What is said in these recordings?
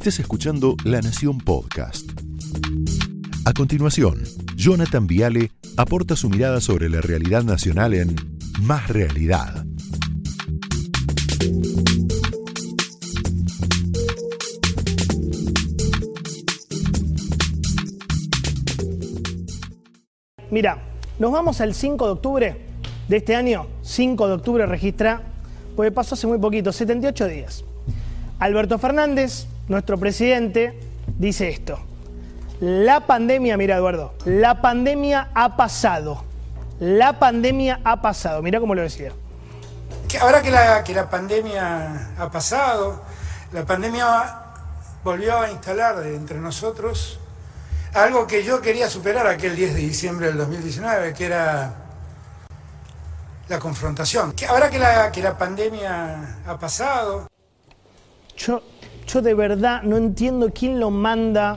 Estés escuchando La Nación Podcast. A continuación, Jonathan Viale aporta su mirada sobre la realidad nacional en Más Realidad. Mira, nos vamos al 5 de octubre de este año. 5 de octubre registra, porque pasó hace muy poquito, 78 días. Alberto Fernández, nuestro presidente, dice esto. La pandemia, mira Eduardo, la pandemia ha pasado. La pandemia ha pasado. Mira cómo lo decía. Ahora que la pandemia ha pasado, la pandemia volvió a instalar entre nosotros algo que yo quería superar aquel 10 de diciembre del 2019, que era la confrontación. Ahora que la pandemia ha pasado... Yo de verdad no entiendo quién lo manda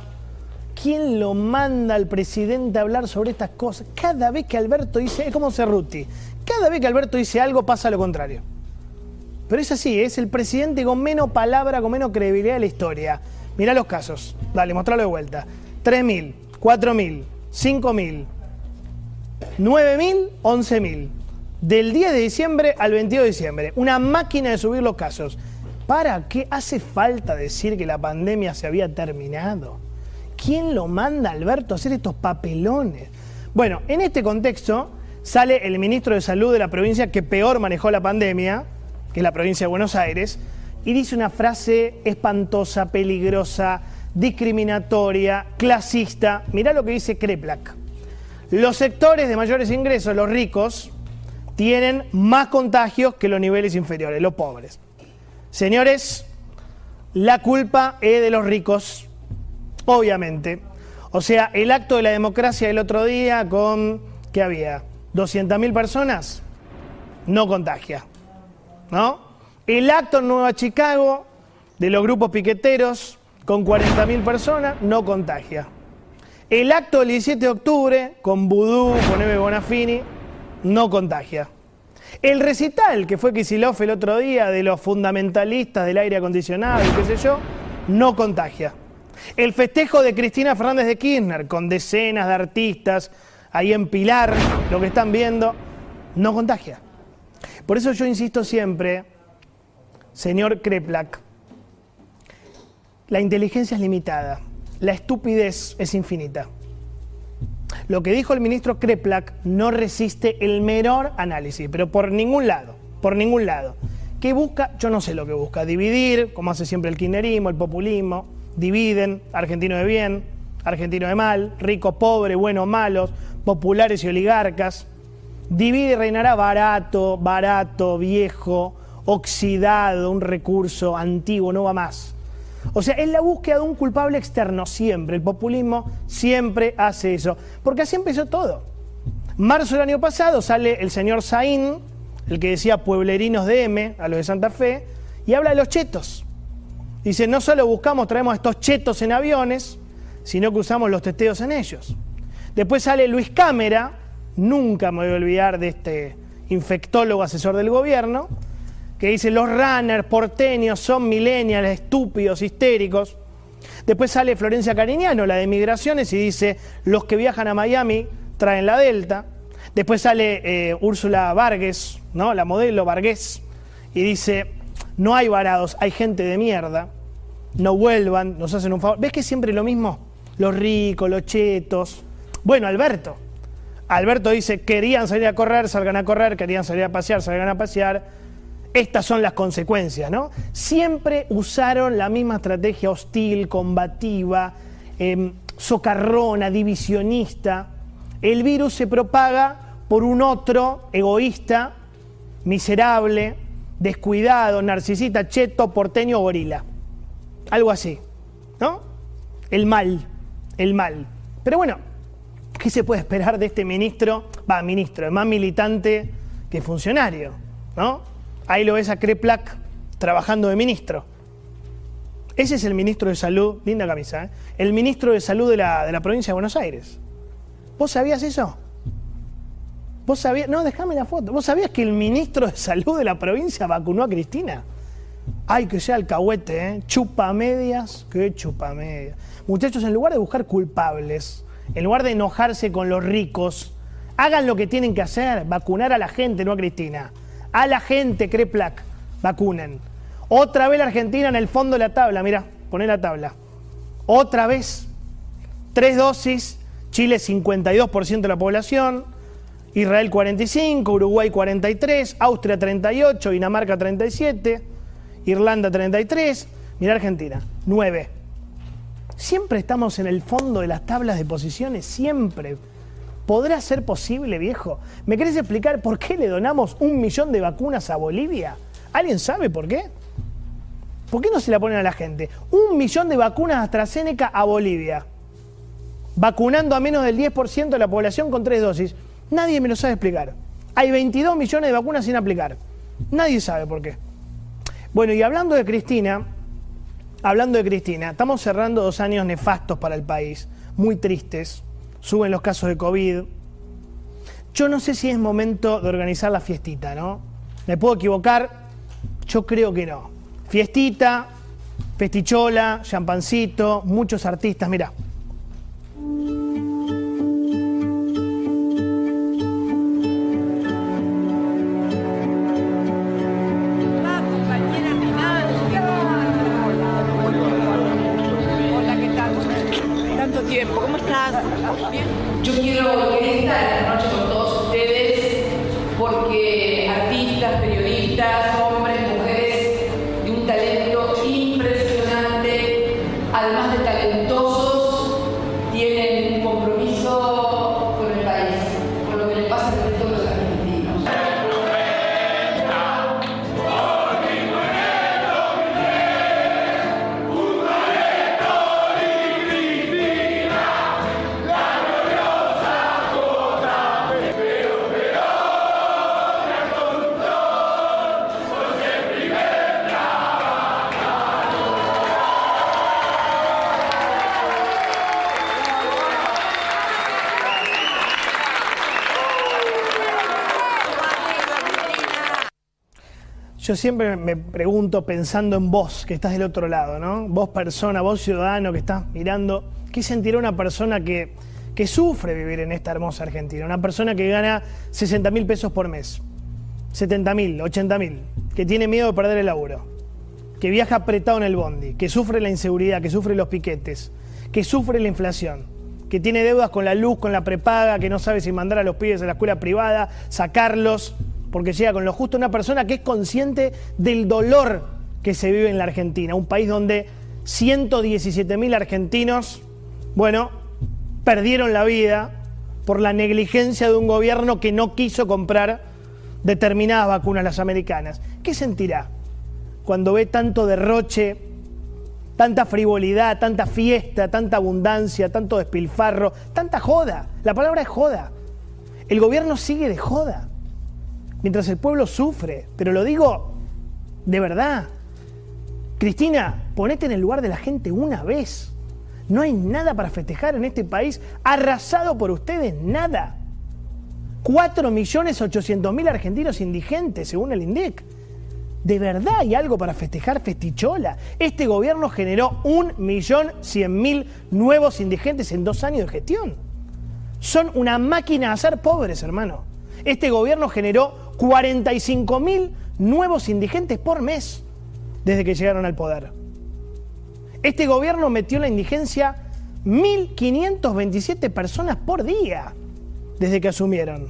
al presidente a hablar sobre estas cosas. Cada vez que Alberto dice, es como Cerruti, cada vez que Alberto dice algo pasa lo contrario. Pero es así, es el presidente con menos palabra, con menos credibilidad de la historia. Mirá los casos, dale, mostralo de vuelta. 3.000, 4.000, 5.000, 9.000, 11.000. Del 10 de diciembre al 22 de diciembre. Una máquina de subir los casos. ¿Para qué hace falta decir que la pandemia se había terminado? ¿Quién lo manda a Alberto a hacer estos papelones? Bueno, en este contexto sale el ministro de Salud de la provincia que peor manejó la pandemia, que es la provincia de Buenos Aires, y dice una frase espantosa, peligrosa, discriminatoria, clasista. Mirá lo que dice Kreplak. Los sectores de mayores ingresos, los ricos, tienen más contagios que los niveles inferiores, los pobres. Señores, la culpa es de los ricos, obviamente. O sea, el acto de la democracia del otro día con, ¿qué había? 200.000 personas, no contagia, ¿no? El acto en Nueva Chicago de los grupos piqueteros con 40.000 personas, no contagia. El acto del 17 de octubre con Vudú, con Eve Bonafini, no contagia. El recital que fue Kicillof el otro día de los fundamentalistas del aire acondicionado y qué sé yo, no contagia. El festejo de Cristina Fernández de Kirchner con decenas de artistas ahí en Pilar, lo que están viendo, no contagia. Por eso yo insisto siempre, señor Kreplak, la inteligencia es limitada, la estupidez es infinita. Lo que dijo el ministro Kreplak no resiste el menor análisis, pero por ningún lado, por ningún lado. ¿Qué busca? Yo no sé lo que busca. Dividir, como hace siempre el kirchnerismo, el populismo. Dividen, argentino de bien, argentino de mal, ricos, pobres, buenos, malos, populares y oligarcas. Divide y reinará barato, viejo, oxidado, un recurso antiguo, no va más. O sea, es la búsqueda de un culpable externo siempre. El populismo siempre hace eso. Porque así empezó todo. Marzo del año pasado sale el señor Saín, el que decía pueblerinos de M, a los de Santa Fe, y habla de los chetos. Dice, no solo traemos a estos chetos en aviones, sino que usamos los testeos en ellos. Después sale Luis Cámara, nunca me voy a olvidar de este infectólogo asesor del gobierno, que dice los runners porteños son millennials, estúpidos, histéricos. Después sale Florencia Cariñano, la de migraciones, y dice los que viajan a Miami traen la Delta. Después sale Úrsula Vargas, ¿no? La modelo Vargas, y dice no hay varados, hay gente de mierda, no vuelvan, nos hacen un favor. ¿Ves que es siempre lo mismo? Los ricos, los chetos. Bueno, Alberto dice querían salir a correr, salgan a correr, querían salir a pasear, salgan a pasear. Estas son las consecuencias, ¿no? Siempre usaron la misma estrategia hostil, combativa, socarrona, divisionista. El virus se propaga por un otro egoísta, miserable, descuidado, narcisista, cheto, porteño, gorila. Algo así, ¿no? El mal. Pero bueno, ¿qué se puede esperar de este ministro? Es más militante que funcionario, ¿no? Ahí lo ves a Kreplak trabajando de ministro. Ese es el ministro de Salud, linda camisa, ¿eh? El ministro de Salud de la provincia de Buenos Aires. ¿Vos sabías eso? ¿Vos sabías? No, déjame la foto. ¿Vos sabías que el ministro de Salud de la provincia vacunó a Cristina? Ay, que sea alcahuete, ¿eh? Chupamedias, qué chupamedias. Muchachos, en lugar de buscar culpables, en lugar de enojarse con los ricos, hagan lo que tienen que hacer, vacunar a la gente, no a Cristina. A la gente, Kreplak, vacunen. Otra vez la Argentina en el fondo de la tabla, mirá, poné la tabla. Otra vez, 3 dosis, Chile 52% de la población, Israel 45, Uruguay 43, Austria 38, Dinamarca 37, Irlanda 33, mirá Argentina, 9. Siempre estamos en el fondo de las tablas de posiciones, siempre. ¿Podrá ser posible, viejo? ¿Me querés explicar por qué le donamos 1 millón de vacunas a Bolivia? ¿Alguien sabe por qué? ¿Por qué no se la ponen a la gente? 1 millón de vacunas AstraZeneca a Bolivia, vacunando a menos del 10% de la población con 3 dosis. Nadie me lo sabe explicar. Hay 22 millones de vacunas sin aplicar. Nadie sabe por qué. Bueno, y hablando de Cristina, estamos cerrando 2 años nefastos para el país, muy tristes. Suben los casos de COVID. Yo no sé si es momento de organizar la fiestita, ¿no? ¿Me puedo equivocar? Yo creo que no. Fiestita, festichola, champancito, muchos artistas, mirá. ¿Cómo estás? Bien. Yo quiero estar esta noche con todos ustedes porque artistas, periodistas, hombres, mujeres de un talento impresionante, además de talentosos, tienen un compromiso con el país, con lo que le pasa al resto de los argentinos. Yo siempre me pregunto, pensando en vos, que estás del otro lado, ¿no? Vos persona, vos ciudadano que estás mirando, ¿qué sentirá una persona que sufre vivir en esta hermosa Argentina? Una persona que gana 60.000 pesos por mes, 70.000, 80.000, que tiene miedo de perder el laburo, que viaja apretado en el bondi, que sufre la inseguridad, que sufre los piquetes, que sufre la inflación, que tiene deudas con la luz, con la prepaga, que no sabe si mandar a los pibes a la escuela privada, sacarlos, porque llega con lo justo. Una persona que es consciente del dolor que se vive en la Argentina, un país donde 117.000 argentinos, bueno, perdieron la vida por la negligencia de un gobierno que no quiso comprar determinadas vacunas, las americanas. ¿Qué sentirá cuando ve tanto derroche, tanta frivolidad, tanta fiesta, tanta abundancia, tanto despilfarro, tanta joda? La palabra es joda. El gobierno sigue de joda, mientras el pueblo sufre, pero lo digo de verdad. Cristina, ponete en el lugar de la gente una vez. No hay nada para festejar en este país arrasado por ustedes, nada. 4.800.000 argentinos indigentes, según el INDEC. ¿De verdad hay algo para festejar, festichola? Este gobierno generó 1.100.000 nuevos indigentes en 2 años de gestión. Son una máquina de hacer pobres, hermano. Este gobierno generó 45.000 nuevos indigentes por mes desde que llegaron al poder. Este gobierno metió en la indigencia 1.527 personas por día desde que asumieron.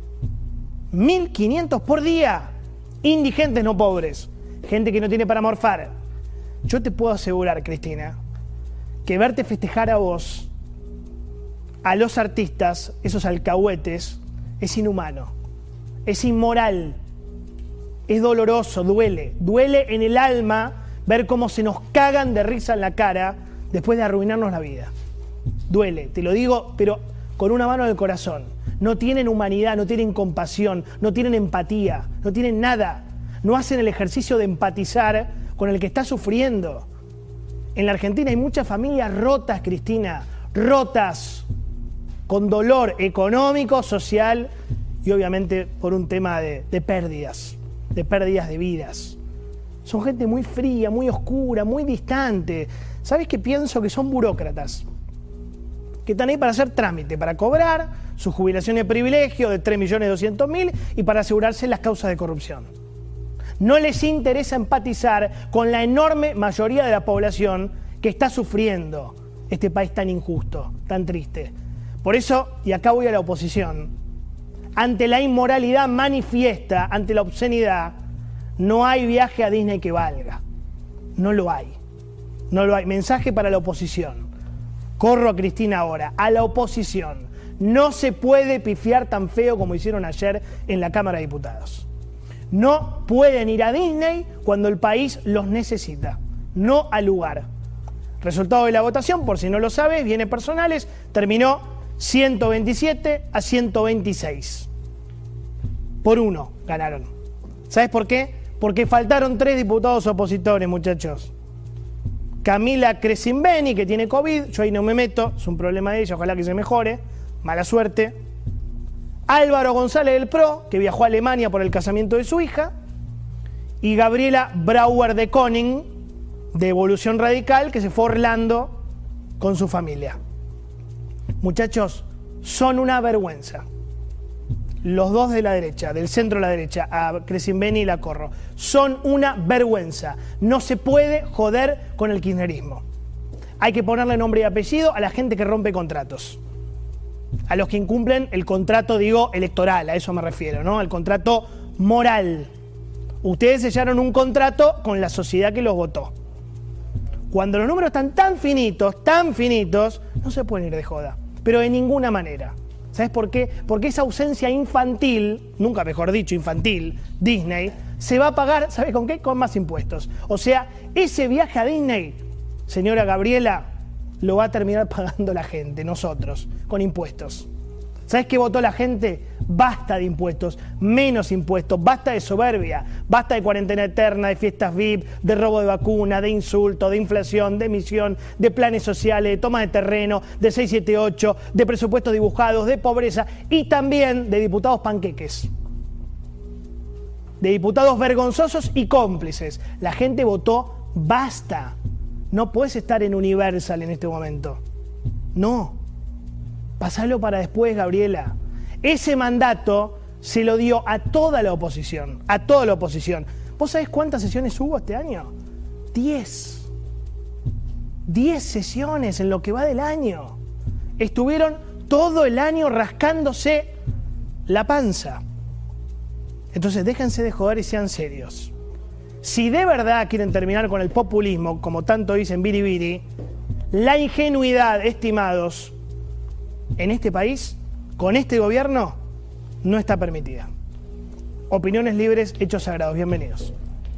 1.500 por día. Indigentes, no pobres. Gente que no tiene para morfar. Yo te puedo asegurar, Cristina, que verte festejar a vos, a los artistas, esos alcahuetes, es inhumano. Es inmoral, es doloroso, duele en el alma ver cómo se nos cagan de risa en la cara después de arruinarnos la vida. Duele, te lo digo, pero con una mano en el corazón. No tienen humanidad, no tienen compasión, no tienen empatía, no tienen nada. No hacen el ejercicio de empatizar con el que está sufriendo. En la Argentina hay muchas familias rotas, Cristina, rotas, con dolor económico, social y obviamente por un tema de pérdidas de vidas. Son gente muy fría, muy oscura, muy distante. ¿Sabes qué pienso? Que son burócratas. Que están ahí para hacer trámite, para cobrar su jubilación de privilegio de 3.200.000 y para asegurarse las causas de corrupción. No les interesa empatizar con la enorme mayoría de la población que está sufriendo este país tan injusto, tan triste. Por eso, y acá voy a la oposición, ante la inmoralidad manifiesta, ante la obscenidad, no hay viaje a Disney que valga. No lo hay. No lo hay. Mensaje para la oposición. Corro a Cristina ahora. A la oposición. No se puede pifiar tan feo como hicieron ayer en la Cámara de Diputados. No pueden ir a Disney cuando el país los necesita. No al lugar. Resultado de la votación, por si no lo sabes, bienes personales, terminó 127 a 126. Por 1 ganaron. ¿Sabes por qué? Porque faltaron 3 diputados opositores, muchachos. Camila Crescimbeni, que tiene COVID, yo ahí no me meto, es un problema de ella, ojalá que se mejore, mala suerte. Álvaro González del PRO, que viajó a Alemania por el casamiento de su hija. Y Gabriela Brauer de Koning, de Evolución Radical, que se fue a Orlando con su familia. Muchachos, son una vergüenza. Los dos de la derecha, del centro de la derecha, a Crescimbeni y la Corro, son una vergüenza. No se puede joder con el kirchnerismo. Hay que ponerle nombre y apellido a la gente que rompe contratos. A los que incumplen el contrato, digo, electoral, a eso me refiero, ¿no? El contrato moral. Ustedes sellaron un contrato con la sociedad que los votó. Cuando los números están tan finitos, no se pueden ir de joda. Pero de ninguna manera. ¿Sabes por qué? Porque esa ausencia infantil, nunca mejor dicho infantil, Disney, se va a pagar, ¿sabes con qué? Con más impuestos. O sea, ese viaje a Disney, señora Gabriela, lo va a terminar pagando la gente, nosotros, con impuestos. ¿Sabes qué votó la gente? Basta de impuestos, menos impuestos, basta de soberbia, basta de cuarentena eterna, de fiestas VIP, de robo de vacuna, de insulto, de inflación, de emisión, de planes sociales, de toma de terreno, de 678, de presupuestos dibujados, de pobreza y también de diputados panqueques. De diputados vergonzosos y cómplices. La gente votó basta. No puedes estar en Universal en este momento. No. Pasalo para después, Gabriela. Ese mandato se lo dio a toda la oposición. A toda la oposición. ¿Vos sabés cuántas sesiones hubo este año? 10. 10 sesiones en lo que va del año. Estuvieron todo el año rascándose la panza. Entonces déjense de joder y sean serios. Si de verdad quieren terminar con el populismo, como tanto dicen biribiri, la ingenuidad, estimados, en este país, con este gobierno, no está permitida. Opiniones libres, hechos sagrados. Bienvenidos.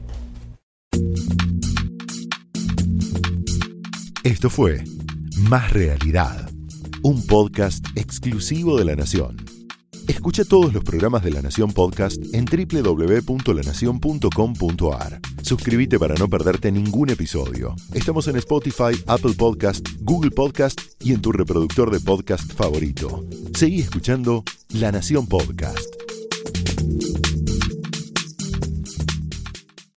Esto fue Más Realidad, un podcast exclusivo de La Nación. Escucha todos los programas de La Nación Podcast en www.lanacion.com.ar. Suscríbete para no perderte ningún episodio. Estamos en Spotify, Apple Podcast, Google Podcast y en tu reproductor de podcast favorito. Seguí escuchando La Nación Podcast.